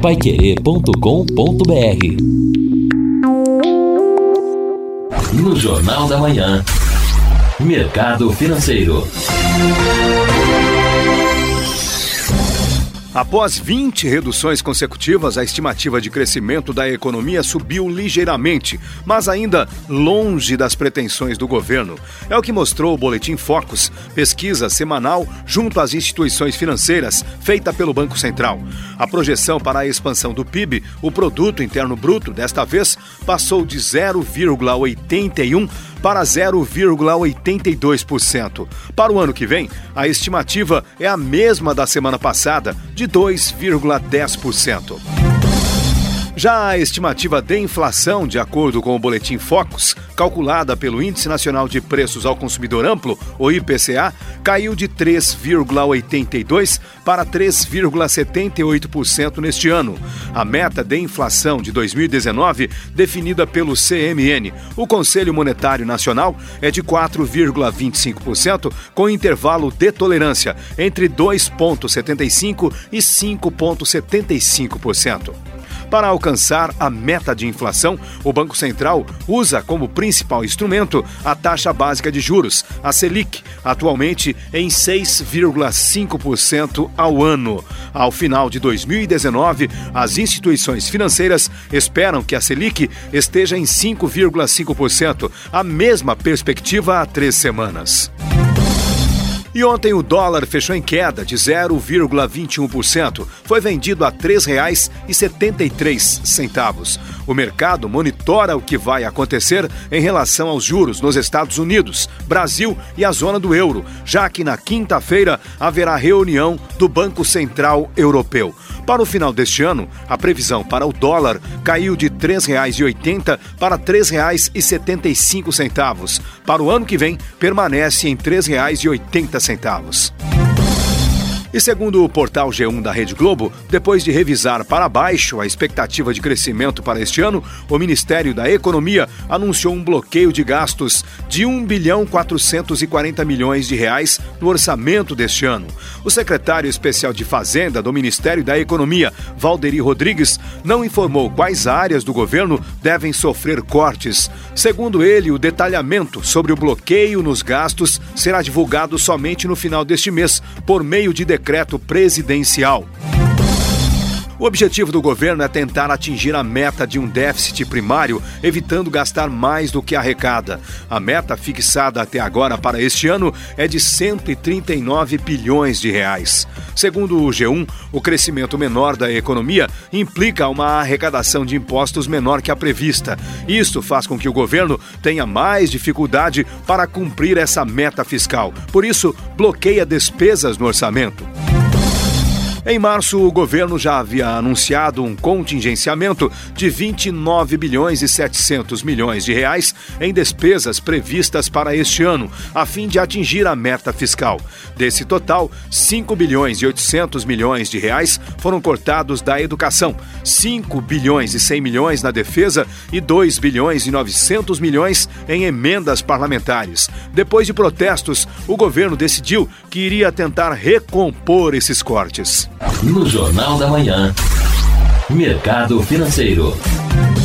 paiquerê.com.br. No Jornal da Manhã, Mercado Financeiro. Após 20 reduções consecutivas, a estimativa de crescimento da economia subiu ligeiramente, mas ainda longe das pretensões do governo. É o que mostrou o Boletim Focus, pesquisa semanal junto às instituições financeiras, feita pelo Banco Central. A projeção para a expansão do PIB, o Produto Interno Bruto, desta vez, passou de 0,81% para 0,82%. Para o ano que vem, a estimativa é a mesma da semana passada, de 2,10%. Já a estimativa de inflação, de acordo com o Boletim Focus, calculada pelo Índice Nacional de Preços ao Consumidor Amplo, o IPCA, caiu de 3,82% para 3,78% neste ano. A meta de inflação de 2019, definida pelo CMN, o Conselho Monetário Nacional, é de 4,25%, com intervalo de tolerância entre 2,75% e 5,75%. Para alcançar a meta de inflação, o Banco Central usa como principal instrumento a taxa básica de juros, a Selic, atualmente em 6,5% ao ano. Ao final de 2019, as instituições financeiras esperam que a Selic esteja em 5,5%, a mesma perspectiva há 3 semanas. E ontem o dólar fechou em queda de 0,21%. Foi vendido a R$ 3,73. O mercado monitora o que vai acontecer em relação aos juros nos Estados Unidos, Brasil e a zona do euro, já que na quinta-feira haverá reunião do Banco Central Europeu. Para o final deste ano, a previsão para o dólar caiu de R$ 3,80 para R$ 3,75. Para o ano que vem, permanece em R$ 3,80. E segundo o portal G1 da Rede Globo, depois de revisar para baixo a expectativa de crescimento para este ano, o Ministério da Economia anunciou um bloqueio de gastos de R$ 1,440 bilhões no orçamento deste ano. O secretário especial de Fazenda do Ministério da Economia, Valderi Rodrigues, não informou quais áreas do governo devem sofrer cortes. Segundo ele, o detalhamento sobre o bloqueio nos gastos será divulgado somente no final deste mês, por meio de decreto presidencial. O objetivo do governo é tentar atingir a meta de um déficit primário, evitando gastar mais do que arrecada. A meta fixada até agora para este ano é de R$ 139 bilhões. Segundo o G1, o crescimento menor da economia implica uma arrecadação de impostos menor que a prevista. Isso faz com que o governo tenha mais dificuldade para cumprir essa meta fiscal. Por isso, bloqueia despesas no orçamento. Em março, o governo já havia anunciado um contingenciamento de R$ 29 bilhões e 700 milhões em despesas previstas para este ano, a fim de atingir a meta fiscal. Desse total, R$ 5 bilhões e 800 milhões foram cortados da educação, R$ 5 bilhões e 100 milhões na defesa e R$ 2 bilhões e 900 milhões em emendas parlamentares. Depois de protestos, o governo decidiu que iria tentar recompor esses cortes. No Jornal da Manhã, Mercado Financeiro.